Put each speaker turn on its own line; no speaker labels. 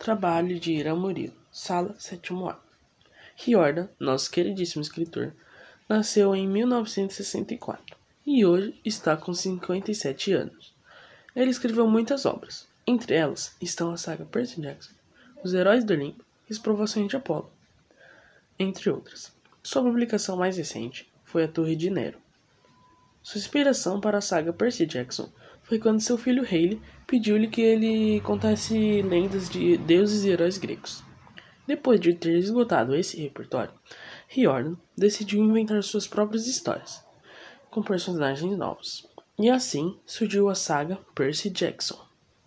trabalho de Irã Murilo, Sala 7º A. Riordan, nosso queridíssimo escritor, nasceu em 1964 e hoje está com 57 anos. Ele escreveu muitas obras, entre elas estão a saga Percy Jackson, Os Heróis do Olimpo e As Provações de Apolo, entre outras. Sua publicação mais recente foi A Torre de Nero. Sua inspiração para a saga Percy Jackson foi quando seu filho Haley pediu-lhe que ele contasse lendas de deuses e heróis gregos. Depois de ter esgotado esse repertório, Riordan decidiu inventar suas próprias histórias, com personagens novos. E assim surgiu a saga Percy Jackson.